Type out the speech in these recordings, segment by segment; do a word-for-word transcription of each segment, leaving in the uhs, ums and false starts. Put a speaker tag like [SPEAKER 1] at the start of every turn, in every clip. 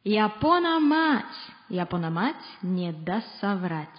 [SPEAKER 1] Япона-мать! Япона-мать не даст соврать.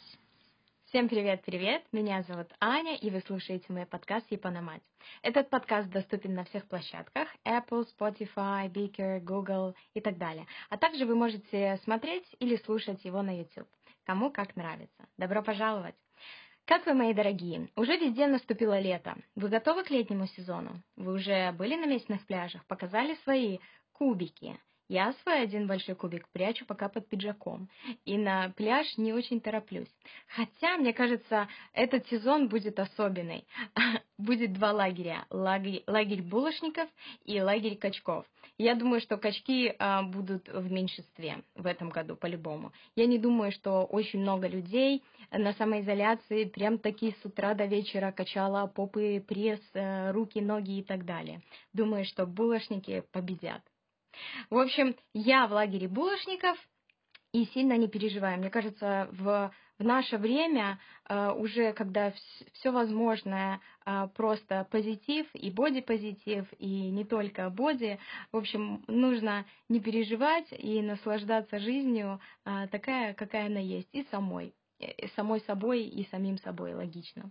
[SPEAKER 2] Всем привет-привет! Меня зовут Аня, и вы слушаете мой подкаст «Япона-мать». Этот подкаст доступен на всех площадках Apple, Spotify, Beaker, Google и так далее. А также вы можете смотреть или слушать его на YouTube. Кому как нравится. Добро пожаловать! Как вы, мои дорогие? Уже везде наступило лето. Вы готовы к летнему сезону? Вы уже были на местных пляжах? Показали свои кубики? Я свой один большой кубик прячу пока под пиджаком. И на пляж не очень тороплюсь. Хотя, мне кажется, этот сезон будет особенный. Будет два лагеря. Лагерь, лагерь булочников и лагерь качков. Я думаю, что качки а, будут в меньшинстве в этом году, по-любому. Я не думаю, что очень много людей на самоизоляции прям таки с утра до вечера качала попы, пресс, руки, ноги и так далее. Думаю, что булочники победят. В общем, я в лагере булочников и сильно не переживаю. Мне кажется, в, в наше время, э, уже когда вс- все возможное, э, просто позитив и бодипозитив, и не только боди, в общем, нужно не переживать и наслаждаться жизнью э, такая, какая она есть, и самой, и самой собой, и самим собой, логично.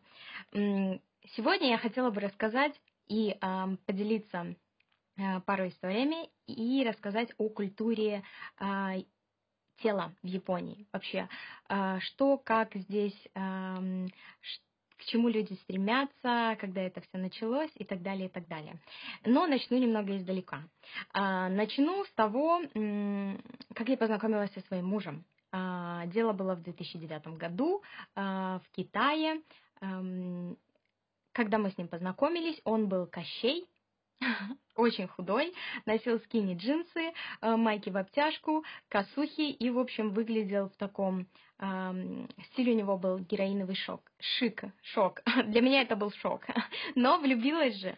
[SPEAKER 2] Сегодня я хотела бы рассказать и э, поделиться пару историями и рассказать о культуре а, тела в Японии. Вообще, а, что, как здесь, а, ш, к чему люди стремятся, когда это все началось и так далее, и так далее. Но начну немного издалека. А, начну с того, м, как я познакомилась со своим мужем. А, дело было в две тысячи девятом году а, в Китае. А, когда мы с ним познакомились, он был Кощей, очень худой, носил скини-джинсы, майки в обтяжку, косухи и, в общем, выглядел в таком... Э, стиль у него был героиновый шок. Шик, шок. Для меня это был шок. Но влюбилась же.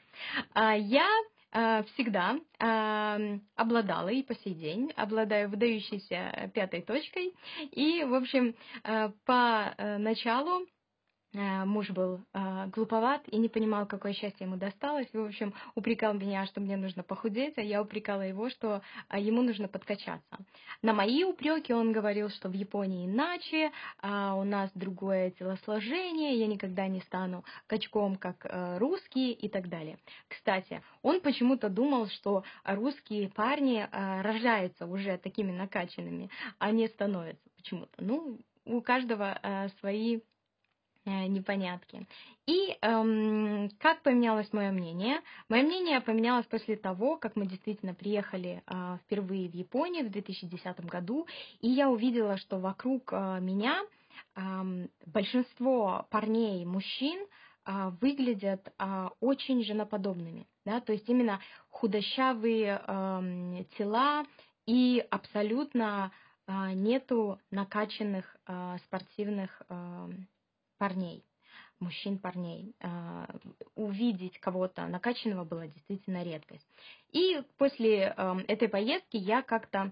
[SPEAKER 2] Я э, всегда э, обладала и по сей день обладаю выдающейся пятой точкой. И, в общем, э, по э, началу муж был э, глуповат и не понимал, какое счастье ему досталось. И, в общем, упрекал меня, что мне нужно похудеть, а я упрекала его, что э, ему нужно подкачаться. На мои упреки он говорил, что в Японии иначе, э, у нас другое телосложение, я никогда не стану качком, как э, русские и так далее. Кстати, он почему-то думал, что русские парни э, рождаются уже такими накачанными, а не становятся почему-то. Ну, у каждого э, свои непонятки. И эм, как поменялось мое мнение? Мое мнение поменялось после того, как мы действительно приехали э, впервые в Японию в две тысячи десятом году, и я увидела, что вокруг э, меня э, большинство парней, мужчин э, выглядят э, очень женоподобными, да, то есть именно худощавые э, тела и абсолютно э, нету накачанных э, спортивных э, парней, мужчин-парней. Увидеть кого-то накачанного было действительно редкость. И после этой поездки я как-то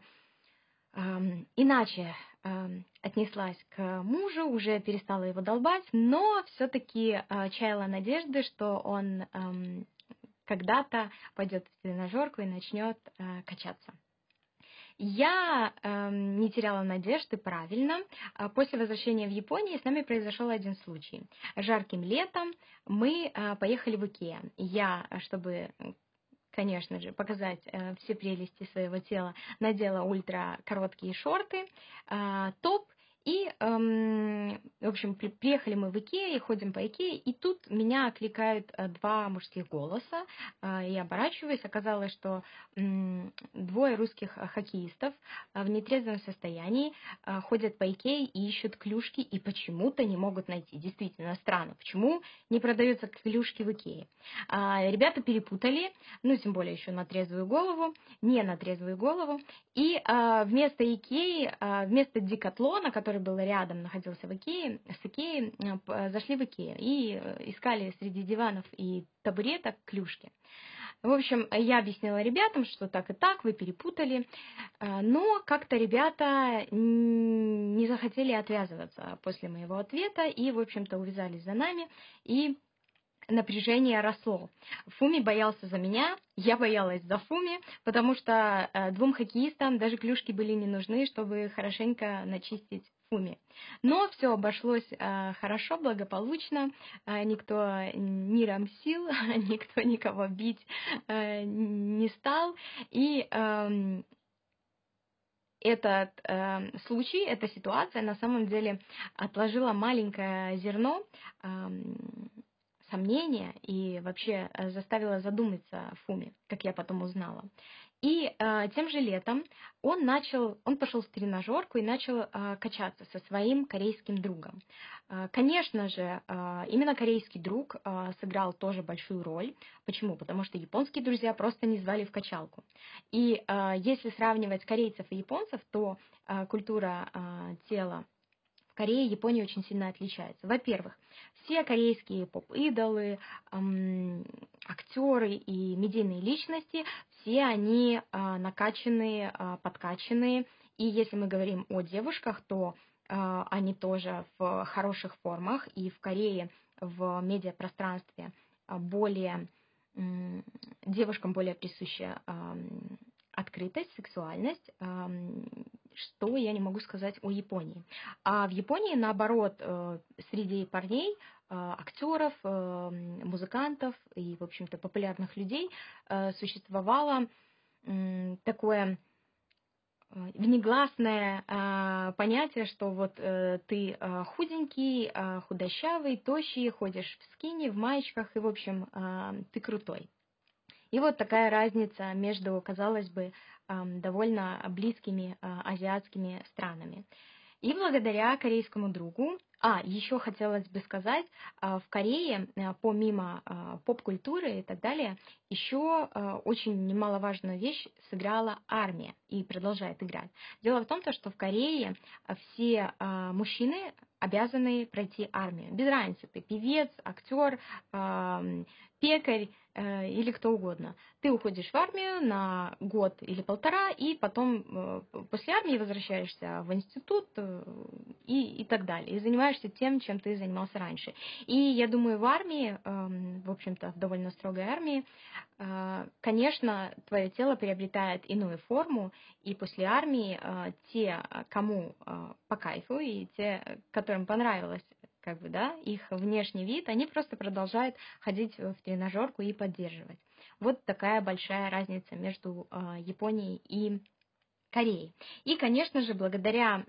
[SPEAKER 2] иначе отнеслась к мужу, уже перестала его долбать, но все-таки чаяла надежды, что он когда-то пойдет в тренажерку и начнет качаться. Я э, не теряла надежды, правильно. После возвращения в Японию с нами произошел один случай. Жарким летом мы э, поехали в Икеа. Я, чтобы, конечно же, показать э, все прелести своего тела, надела ультракороткие шорты, э, топ. И, эм, в общем, при, приехали мы в Икеа, ходим по Икее, и тут меня окликают э, два мужских голоса. Э, я оборачиваюсь, оказалось, что э, двое русских хоккеистов э, в нетрезвом состоянии э, ходят по Икее и ищут клюшки, и почему-то не могут найти. Действительно странно, почему не продаются клюшки в Икее. Э, ребята перепутали, ну, тем более еще на трезвую голову, не на трезвую голову, и э, вместо Икеи, э, вместо Декатлона, который был рядом, находился в Икее, с Икеи, зашли в Икею и искали среди диванов и табуреток клюшки. В общем, я объяснила ребятам, что так и так, вы перепутали, но как-то ребята не захотели отвязываться после моего ответа и, в общем-то, увязались за нами и напряжение росло. Фуми боялся за меня, я боялась за Фуми, потому что э, двум хоккеистам даже клюшки были не нужны, чтобы хорошенько начистить Фуми. Но все обошлось э, хорошо, благополучно, э, никто не рамсил, никто никого бить э, не стал, и э, этот э, случай, эта ситуация на самом деле отложила маленькое зерно э, сомнения и вообще э, заставила задуматься Фуми, как я потом узнала. И э, тем же летом он начал, он пошел в тренажерку и начал э, качаться со своим корейским другом. Э, конечно же, э, именно корейский друг э, сыграл тоже большую роль. Почему? Потому что японские друзья просто не звали в качалку. И э, если сравнивать корейцев и японцев, то э, культура э, тела в Корее и Японии очень сильно отличается. Во-первых, все корейские поп-идолы, эм, актеры и медийные личности, все они э, накачанные, э, подкачанные. И если мы говорим о девушках, то э, они тоже в хороших формах. И в Корее в медиапространстве более, э, девушкам более присуща э, открытость, сексуальность, что я не могу сказать о Японии. А в Японии, наоборот, среди парней, актеров, музыкантов и, в общем-то, популярных людей существовало такое внегласное понятие, что вот ты худенький, худощавый, тощий, ходишь в скине, в маечках, и, в общем, ты крутой. И вот такая разница между, казалось бы, довольно близкими азиатскими странами. И благодаря корейскому другу, а, еще хотелось бы сказать, в Корее, помимо поп-культуры и так далее, еще очень немаловажную вещь сыграла армия и продолжает играть. Дело в том, что в Корее все мужчины обязаны пройти армию. Без разницы, ты певец, актер, пекарь или кто угодно. Ты уходишь в армию на год или полтора, и потом после армии возвращаешься в институт и, и так далее. И занимаешься тем, чем ты занимался раньше. И я думаю, в армии, в общем-то, в довольно строгой армии, конечно, твое тело приобретает иную форму, и после армии те, кому по кайфу, и те, которым понравилось, как бы, да, их внешний вид, они просто продолжают ходить в тренажерку и поддерживать. Вот такая большая разница между Японией и Кореей. И, конечно же, благодаря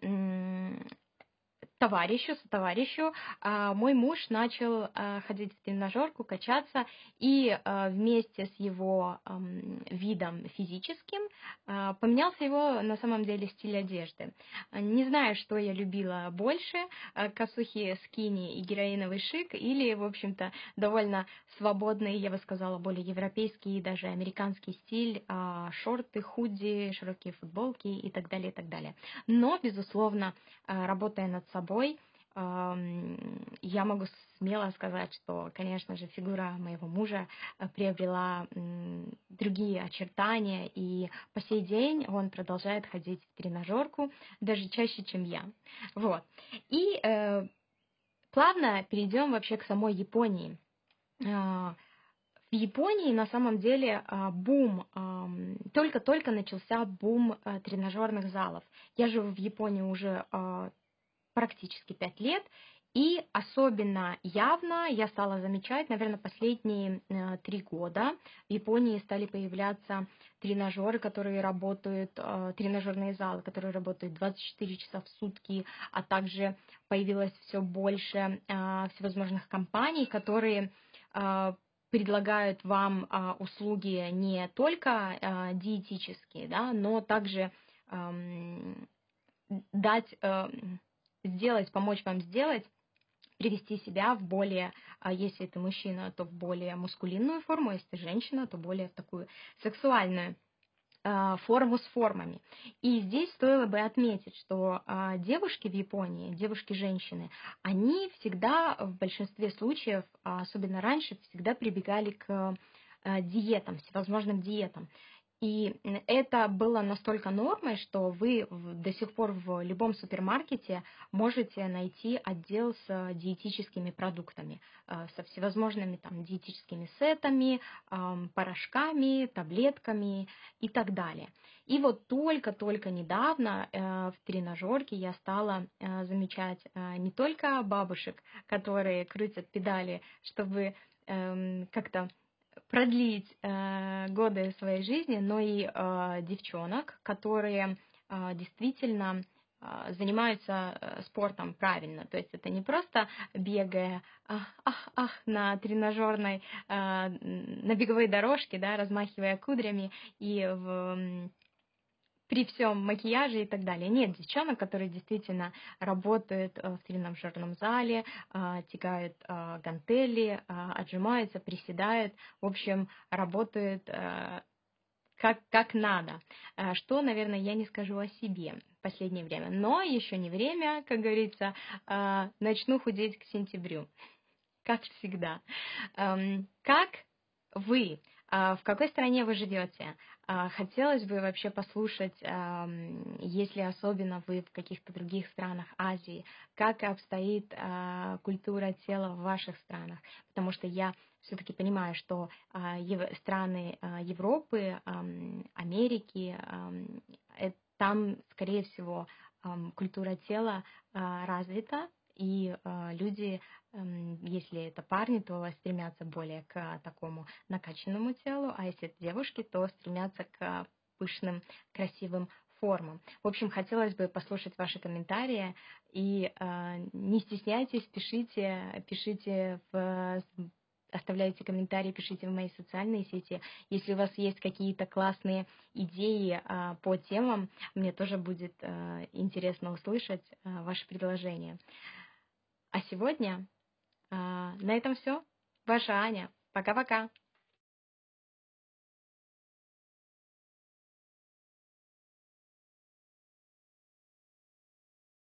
[SPEAKER 2] товарищу, сотоварищу, мой муж начал ходить в тренажерку, качаться, и вместе с его видом физическим поменялся его, на самом деле, стиль одежды. Не знаю, что я любила больше, косухи, скини и героиновый шик, или, в общем-то, довольно свободный, я бы сказала, более европейский и даже американский стиль, шорты, худи, широкие футболки и так далее, и так далее. Но, безусловно, работая над собой, я могу смело сказать, что, конечно же, фигура моего мужа приобрела другие очертания, и по сей день он продолжает ходить в тренажерку, даже чаще, чем я. Вот. И э, плавно перейдем вообще к самой Японии. В Японии на самом деле бум, только-только начался бум тренажерных залов. Я живу в Японии уже практически пять лет, и особенно явно я стала замечать, наверное, последние три года в Японии стали появляться тренажеры, которые работают, тренажерные залы, которые работают двадцать четыре часа в сутки, а также появилось все больше всевозможных компаний, которые предлагают вам услуги не только диетические, да, но также дать сделать, помочь вам сделать, привести себя в более, если ты мужчина, то в более мускулинную форму, если ты женщина, то более в такую сексуальную форму с формами. И здесь стоило бы отметить, что девушки в Японии, девушки-женщины, они всегда в большинстве случаев, особенно раньше, всегда прибегали к диетам, всевозможным диетам. И это было настолько нормой, что вы до сих пор в любом супермаркете можете найти отдел с диетическими продуктами, со всевозможными там диетическими сетами, порошками, таблетками и так далее. И вот только-только недавно в тренажерке я стала замечать не только бабушек, которые крутят педали, чтобы как-то продлить э, годы своей жизни, но и э, девчонок, которые э, действительно э, занимаются э, спортом правильно. То есть это не просто бегая ах, ах, ах, на тренажерной, э, на беговой дорожке, да, размахивая кудрями и в при всем макияже и так далее. Нет девчонок, которые действительно работают в тренажерном зале, тягают гантели, отжимаются, приседают, в общем, работают как, как надо. Что, наверное, я не скажу о себе в последнее время. Но еще не время, как говорится, начну худеть к сентябрю, как всегда. Как вы? В какой стране вы живете? Хотелось бы вообще послушать, если особенно вы в каких-то других странах Азии, как обстоит культура тела в ваших странах, потому что я все-таки понимаю, что страны Европы, Америки, там, скорее всего, культура тела развита, и э, люди, э, если это парни, то стремятся более к такому накачанному телу, а если это девушки, то стремятся к пышным, красивым формам. В общем, хотелось бы послушать ваши комментарии, и э, не стесняйтесь, пишите, пишите в... Оставляйте комментарии, пишите в мои социальные сети. Если у вас есть какие-то классные идеи а, по темам, мне тоже будет а, интересно услышать а, ваши предложения. А сегодня а, на этом все. Ваша Аня. Пока-пока.